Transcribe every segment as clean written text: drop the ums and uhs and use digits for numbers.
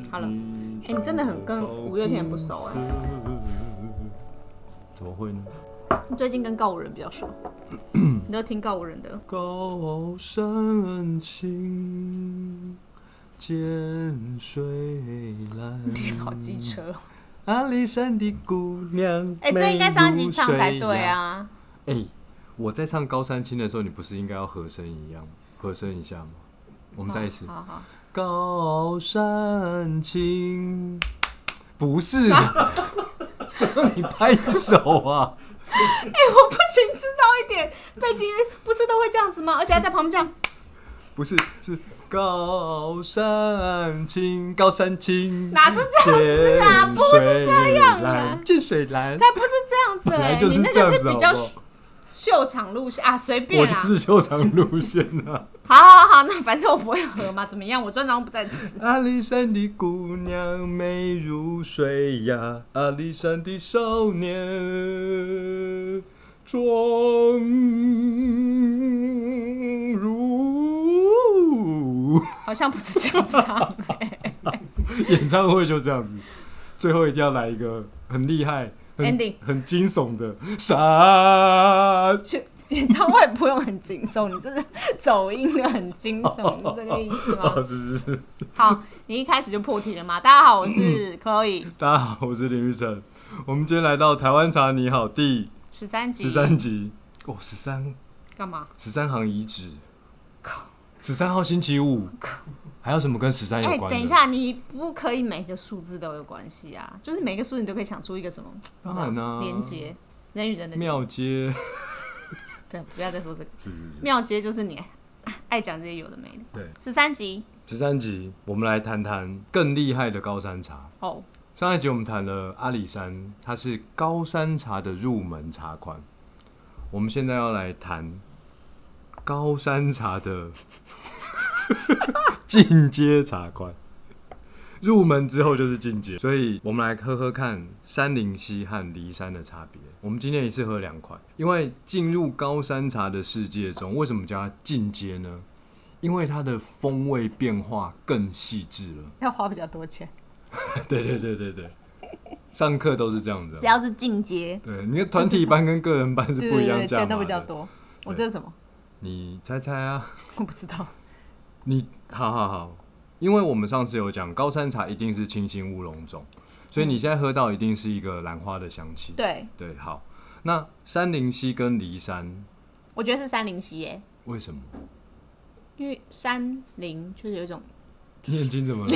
好了，你真的很跟五月天很不熟怎么会呢？ 你最近跟告五人比较熟，你都听告五人的。 高山青，涧水蓝。 你好机车。 阿里山的姑娘， 这应该上一集唱才对啊。 我在唱高山青的时候，你不是应该要和声一下吗？我们再一次。好。高山青，不是，谁让你拍手啊？ 我不行，制造一点背景音，不是都会这样子吗？而且还在旁边这样。 不是，是高山青，高山青， 哪是这样子啊？不是这样啊， 涧水蓝， 才不是这样子嘞！你那个是比较秀场路线啊，随便啦。 我就是秀场路线啊。 好，那反正我不会合嘛，怎么样？我专长不在此。 阿里山的姑娘美如水呀，阿里山的少年壮如…… 好像不是这样唱演唱会就这样子，最后一定要来一个很厉害、很惊悚的杀。 演唱会不用很惊悚，你真的走音的很惊悚，是这个意思吗？ 是。好， 你一开始就破题了吗？大家好，我是 Chloe。 大家好，我是林玉成。我们今天来到台湾茶你好第13集。哦，13 干嘛 ？13行遗址。13号星期五。还有什么跟13有关的？ 等一下，你不可以每个数字都有关系啊，就是每个数字你都可以想出一个什么？ 当然啊， 连结人与人的庙街。 不要再说这个。 是。 庙街就是你爱讲这些有的没的。 对。 13 集，我们来谈谈更厉害的高山茶。上一集我们谈了阿里山，它是高山茶的入门茶款。我们现在要来谈高山茶的进阶茶款。入门之后就是进阶，所以我们来喝喝看山林溪和梨山的差别。我们今天一次喝2款，因为进入高山茶的世界中，为什么叫它进阶呢？因为它的风味变化更细致了， 要花比较多钱。 对，上课都是这样子。 只要是进阶， 对，你的团体班跟个人班是不一样价码的， 钱都比较多。我这是什么？ 你猜猜啊？ 我不知道。 好。因为我们上次有讲，高山茶一定是清新乌龙种，所以你现在喝到一定是一个兰花的香气。 对， 好。那山林溪跟梨山， 我觉得是山林溪耶。 为什么？ 因为山林就是有一种你眼睛怎么了？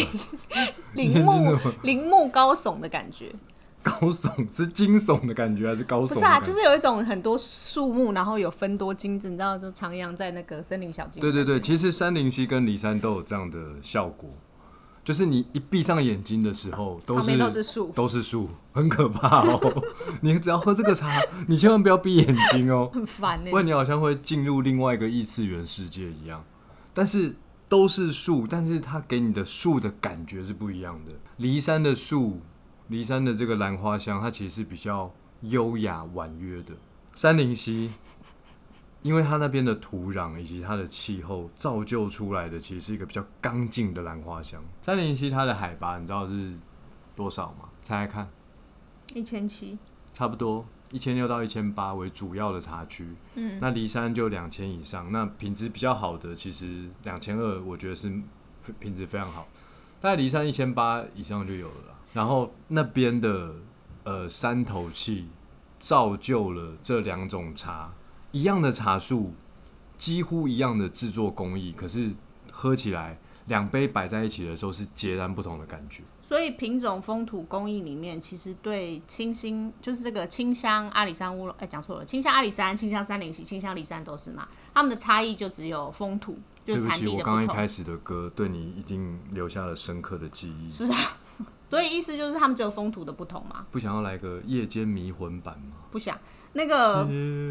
林木高耸的感觉。 高耸是惊悚的感觉还是高耸？ 不是啊，就是有一种很多树木，然后有分多金子，你知道，就徜徉在那个森林小径。 对，其实山林溪跟梨山都有这样的效果，就是你一闭上眼睛的时候，旁边都是树，很可怕哦。你只要喝这个茶，你千万不要闭眼睛哦， 很烦不然你好像会进入另外一个异次元世界一样。但是都是树，但是它给你的树的感觉是不一样的。梨山的树。梨山的这个兰花香，它其实是比较优雅婉约的。山林溪，因为它那边的土壤以及它的气候造就出来的，其实是一个比较刚劲的兰花香。山林溪它的海拔你知道是多少吗？猜猜看。 1700， 差不多1600到1800为主要的茶区。那梨山就2000以上，那品质比较好的其实2200，我觉得是品质非常好。大概梨山1800以上就有了啦。然后那边的山头气造就了这2种茶，一样的茶树，几乎一样的制作工艺，可是喝起来2杯摆在一起的时候是截然不同的感觉。 所以品种、风土、工艺里面，其实对清新，就是这个清香阿里山乌龙，讲错了，清香阿里山、清香山林溪、清香梨山都是嘛，他们的差异就只有风土，就是产地的不同。 对不起，我刚刚一开始的歌对你一定留下了深刻的记忆。 是啊。所以意思就是他们只有风土的不同嘛？ 不想要来个夜间迷魂版吗？ 不想。那个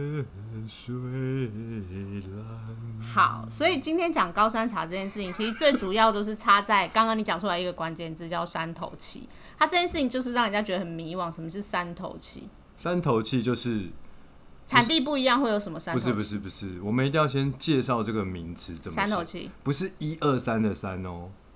好，所以今天讲高山茶这件事情，其实最主要都是差在刚刚你讲出来一个关键字叫山头气。它这件事情就是让人家觉得很迷惘，什么是山头气？ 山头气就是产地不一样会有什么山头气？ 不是，我们一定要先介绍这个名词怎么写。 山头气不是1、2、3的山哦，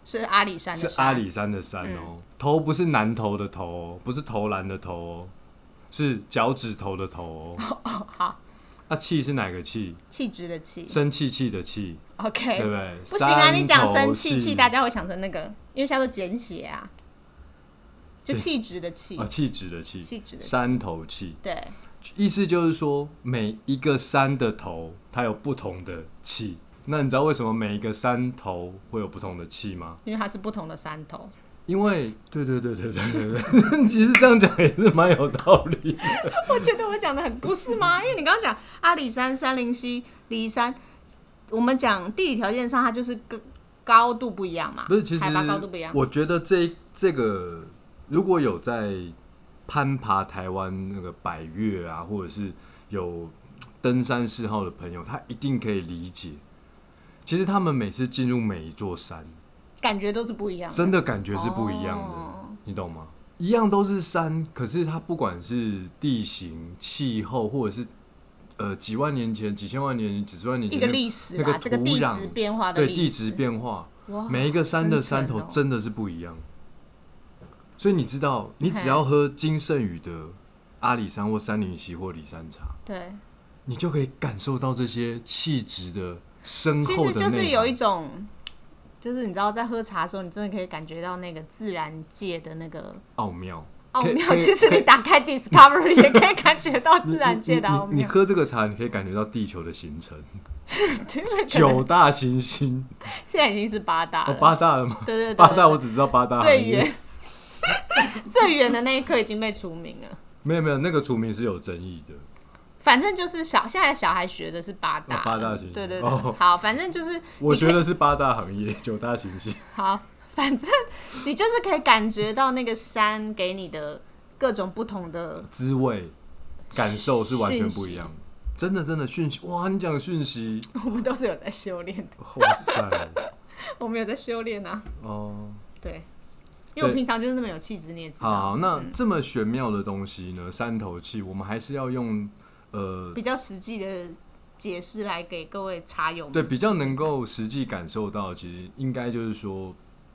是阿里山的山， 是阿里山的山哦。头不是南投的头哦，不是投篮的投哦，是脚趾头的头哦。 好。 气是哪个气？ 气质的气， 生气气的气。 OK， 对不对？ 不行啊，你讲生气气，大家会想成那个，因为叫做简写啊，就气质的气气质的气， 气质的山头气。 对， 意思就是说，每一个山的头它有不同的气。那你知道为什么每一个山头会有不同的气吗？ 因为它是不同的山头。 因为对，其实这样讲也是蛮有道理的。 我觉得我讲的很不是吗？因为你刚刚讲阿里山、杉林溪、梨山，我们讲地理条件上它就是高度不一样嘛， 不是，其实海拔高度不一样。 我觉得这个如果有在攀爬台湾那个百岳啊，或者是有登山嗜好的朋友，他一定可以理解。其实他们每次进入每一座山， 感觉都是不一样的， 真的感觉是不一样的，你懂吗？一样都是山，可是它不管是地形、气候，或者是几万年前、几千万年前、几十万年前一个历史那个这个地质变化的历史， 对地质变化，每一个山的山头真的是不一样。所以你知道，你只要喝金圣宇的阿里山或杉林溪或梨山茶， 对， 你就可以感受到这些气质的深厚的内涵。 其实就是有一种。就是你知道，在喝茶的时候，你真的可以感觉到那个自然界的那个奥妙。 其实你打开 Discovery 也可以感觉到自然界的奥妙。 你喝这个茶，你可以感觉到地球的形成。9大行星， 现在已经是8大了。 8大了吗？ 对 8大我只知道8大行业。 最远的那一刻已经被除名了。 没有，那个除名是有争议的。 反正就是现在小孩学的是8大 ，8大行星。 对，好，反正就是我学的是8大行业，9大行星。 好，反正你就是可以感觉到那个山给你的各种不同的滋味、感受是完全不一样的。真的讯息，哇！你讲讯息， 我们都是有在修炼的。 哇塞， 我们有在修炼啊。 哦， 对。因为我平常就是那么有气质，你也知道。 好，那这么玄妙的东西呢，山头气，我们还是要用比较实际的解释来给各位茶友们。 对，比较能够实际感受到，其实应该就是说，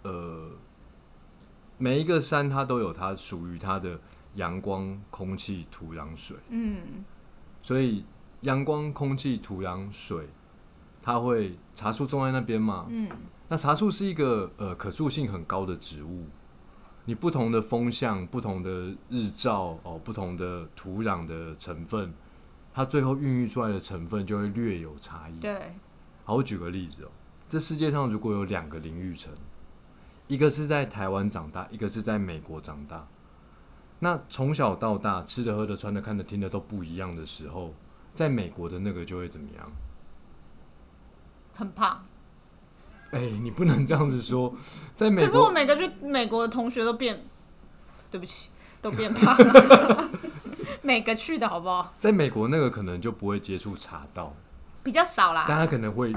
每一个山它都有它属于它的阳光、空气、土壤、水。所以阳光、空气、土壤、水，它会茶树种在那边嘛？那茶树是一个可塑性很高的植物。你不同的风向、不同的日照、不同的土壤的成分，它最后孕育出来的成分就会略有差异。 对， 好，我举个例子这世界上如果有2个林育成，一个是在台湾长大，一个是在美国长大，那从小到大吃的、喝的、穿的、看的、听的都不一样的时候，在美国的那个就会怎么样？ 很胖。 你不能这样子说，在美国。 可是我每个去美国的同学都变，对不起，都变胖了。每个去的好不好？ 在美国那个可能就不会接触茶道， 比较少啦。 但他可能会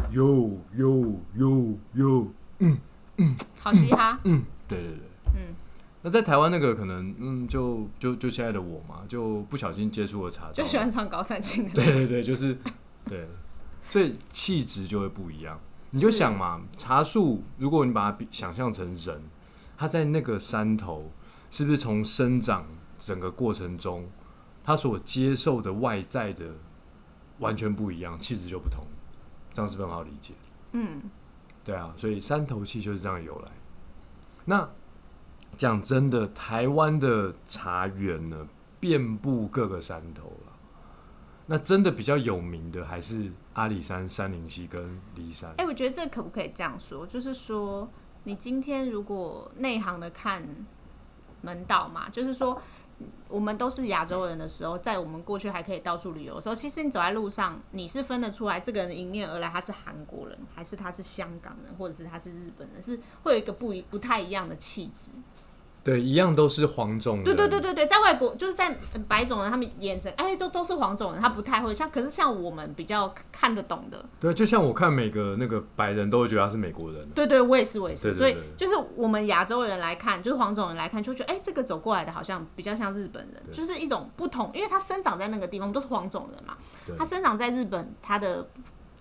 好嘻哈。 对。那在台湾那个可能就现在的我嘛，就不小心接触了茶道， 就喜欢唱高三青的。 对，就是对，所以气质就会不一样。你就想嘛，茶树如果你把它想象成人，它在那个山头，是不是从生长整个过程中，它所接受的外在的完全不一样，气质就不同，这样是不是很好理解？对啊，所以山头气就是这样由来。那讲真的，台湾的茶园呢，遍布各个山头了。那真的比较有名的还是阿里山、杉林溪跟梨山。 我觉得这可不可以这样说？就是说，你今天如果内行的看门道嘛，就是说，我们都是亚洲人的时候，在我们过去还可以到处旅游的时候，其实你走在路上，你是分得出来这个人迎面而来，他是韩国人，还是他是香港人，或者是他是日本人，是会有一个不太一样的气质。 对，一样都是黄种人。 对，在外国就是在白种人，他们眼神都是黄种人，他不太会像，可是像我们比较看得懂的。 对，就像我看每个那个白人都会觉得他是美国人。 对，我也是。 对， 所以就是我们亚洲人来看，就是黄种人来看，就觉得这个走过来的好像比较像日本人，就是一种不同，因为他生长在那个地方，都是黄种人嘛。他生长在日本，他的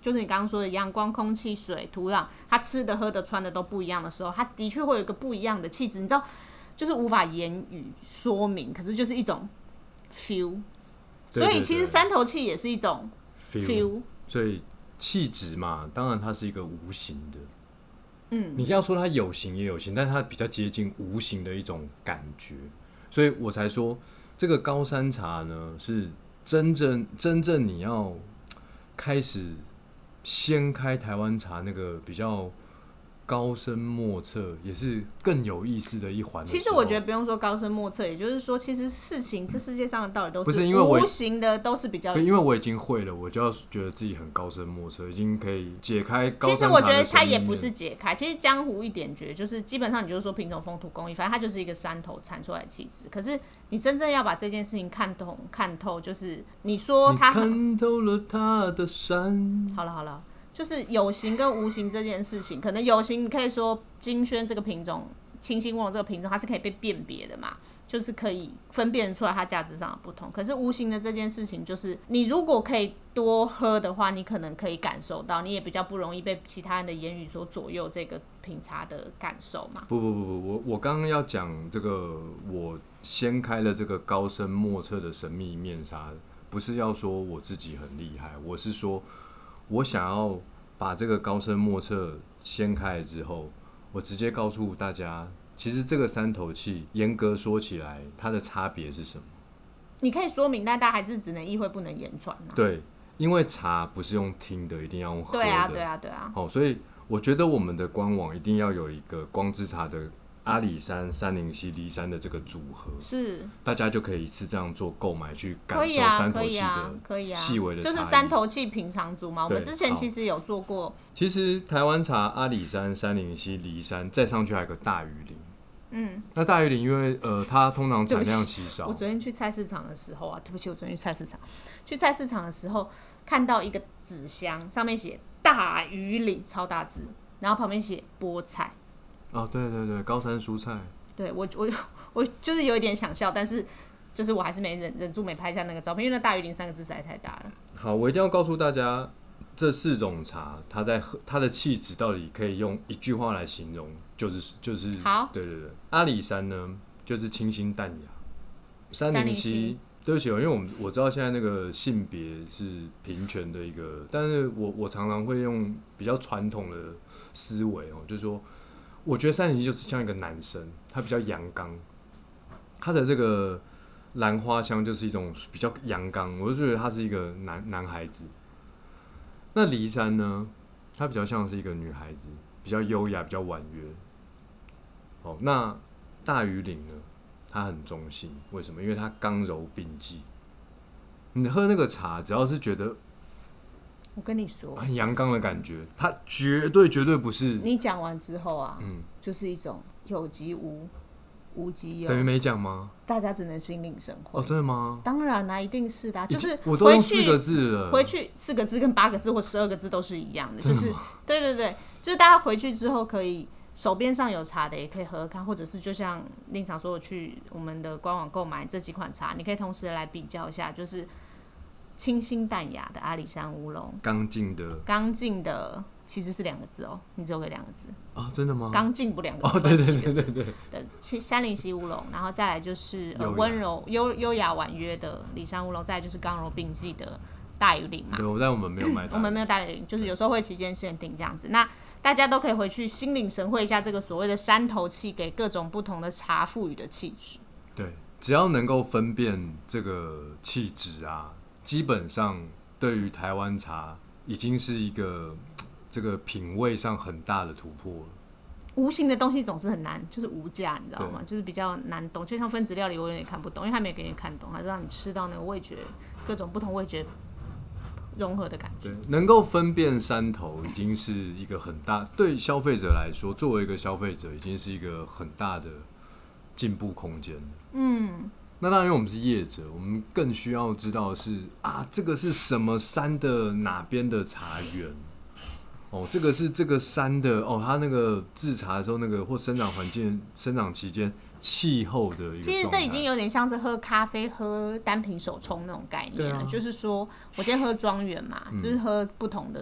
就是你刚刚说的阳光、空气、水、土壤，它吃的、喝的、穿的都不一样的时候，它的确会有一个不一样的气质，你知道，就是无法言语说明，可是就是一种 feel。 对对对， 所以其实山头气也是一种 feel。 所以气质嘛，当然它是一个无形的。你要说它有形也有形，但是它比较接近无形的一种感觉，所以我才说这个高山茶呢，是真正你要开始掀开台湾茶那个比较高深莫测，也是更有意思的一环。 其实我觉得不用说高深莫测，也就是说，其实事情这世界上的道理都不是因为我无形的，都是比较。 因为我已经会了，我就要觉得自己很高深莫测，已经可以解开高山茶的神秘面。 其实我觉得它也不是解开，其实江湖一点诀就是基本上你就是说品种、风土、工艺，反正它就是一个山头产出来的气质。可是你真正要把这件事情看懂、看透，就是你说它看透了它的山。 好了。就是有形跟无形这件事情，可能有形你可以说金萱这个品种、清新乌龙这个品种，它是可以被辨别的嘛，就是可以分辨出来它价值上的不同。可是无形的这件事情，就是你如果可以多喝的话，你可能可以感受到，你也比较不容易被其他人的言语所左右这个品茶的感受嘛。 不，我刚刚要讲这个，我掀开了这个高深莫测的神秘面纱，不是要说我自己很厉害，我是说我想要把这个高深莫测掀开之后，我直接告诉大家，其实这个山头气严格说起来，它的差别是什么？ 你可以说明，但大家还是只能意会不能言传啊。 对，因为茶不是用听的，一定要用喝的。 对啊。 所以我觉得我们的官网一定要有一个光之茶的阿里山、山林溪、梨山的这个组合， 是大家就可以是这样做购买，去感受山头气的细微的差异。 就是山头气品尝组嘛。我们之前其实有做过。 其实台湾茶阿里山、山林溪、梨山，再上去还有个大屿林。那大屿林因为它通常产量稀少。 我昨天去菜市场的时候啊，对不起，我昨天去菜市场的时候看到一个纸箱，上面写大屿林超大字，然后旁边写菠菜。 哦，对，高山蔬菜。 对，我就是有一点想笑，但是就是我还是没忍住没拍下那个照片，因为那大屿林3个字实在太大了。 好，我一定要告诉大家，这4种茶，它的气质到底可以用一句话来形容，就是好。 对，阿里山呢就是清新淡雅，山林溪。对不起，因为我知道现在那个性别是平权的一个，但是我常常会用比较传统的思维就是说，我觉得山林溪就是像一个男生，他比较阳刚，他的这个兰花香就是一种比较阳刚，我就觉得他是一个男孩子。那梨山呢，他比较像是一个女孩子，比较优雅，比较婉约。那大屿岭呢？它很中性，为什么？因为它刚柔并济。你喝那个茶，只要是觉得， 我跟你说， 很阳刚的感觉，它绝对不是。 你讲完之后啊，就是一种有即无，无即有， 等于没讲吗？ 大家只能心领神会。 真的吗？ 当然啦，一定是的就是我都用4个字了， 回去4个字跟8个字或12个字都是一样的，就是对，就是大家回去之后可以。手边上有茶的也可以喝喝看，或者是就像令常说，去我们的官网购买这几款茶，你可以同时来比较一下，就是清新淡雅的阿里山乌龙，刚劲的其实是2个字你只有给2个字真的吗？ 刚劲不2个字对的山林溪乌龙，然后再来就是温柔优雅婉约的梨山乌龙，再来就是刚柔并济的大屿林嘛。 对，但我们没有卖大屿林， 我们没有大屿林，就是有时候会期间限定这样子。那大家都可以回去心领神会一下这个所谓的山头气给各种不同的茶赋予的气质。 对，只要能够分辨这个气质啊，基本上对于台湾茶已经是一个这个品味上很大的突破了。 无形的东西总是很难，就是无价，你知道吗？就是比较难懂。就像分子料理，我有点看不懂，因为他没给你看懂，还是让你吃到那个味觉，各种不同味觉融合的感觉。 对，能够分辨山头已经是一个很大，对消费者来说，作为一个消费者，已经是一个很大的进步空间。那当然，因为我们是业者，我们更需要知道的是这个是什么山的哪边的茶园。这个是这个山的它那个制茶的时候，那个或生长环境、生长期间气候的一个状态。 其实这已经有点像是喝咖啡、喝单品手冲那种概念了。就是说我今天喝庄园嘛，就是喝不同的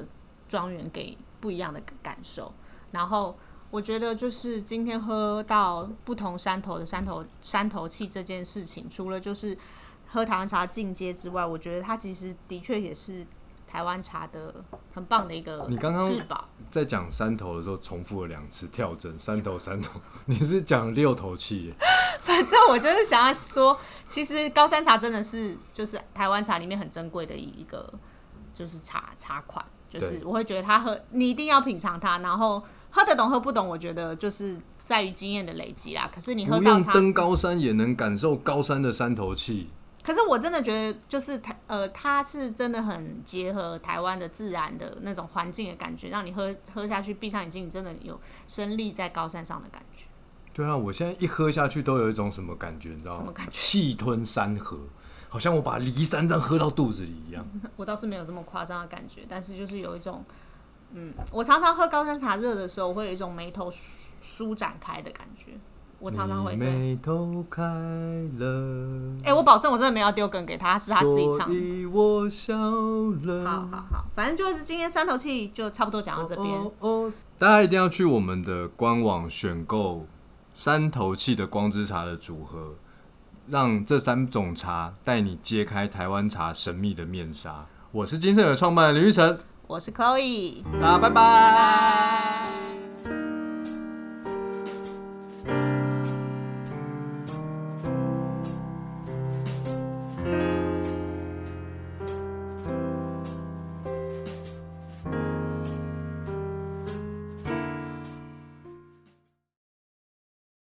庄园给不一样的感受。然后我觉得就是今天喝到不同山头的山头气这件事情，除了就是喝台湾茶进阶之外，我觉得它其实的确也是台湾茶的很棒的一个你刚刚至宝。 在讲山头的时候重复了2次跳针，山头，你是讲6头气耶？ 反正我就是想要说，其实高山茶真的是就是台湾茶里面很珍贵的一个就是茶款，就是我会觉得你一定要品尝它，然后喝得懂喝不懂，我觉得就是在于经验的累积啦。可是你喝到它， 不用登高山也能感受高山的山头气。 可是我真的觉得，就是它是真的很结合台湾的自然的那种环境的感觉，让你喝下去，闭上眼睛，你真的有身立在高山上的感觉。 对啊，我现在一喝下去都有一种什么感觉，你知道吗？ 什么感觉？ 气吞山河，好像我把梨山这样喝到肚子里一样。 我倒是没有这么夸张的感觉，但是就是有一种，我常常喝高山茶热的时候，我会有一种眉头舒展开的感觉。我常常会这样。 眉头开了。 我保证我真的没有要丢梗给他，是他自己唱的。 所以我笑了。 好，反正就是今天山头气就差不多讲到这边。 大家一定要去我们的官网选购山头气的光之茶的组合，让这3种茶带你揭开台湾茶神秘的面纱。我是金盛的创办人林玉成， 我是 Chloe， 大家拜拜。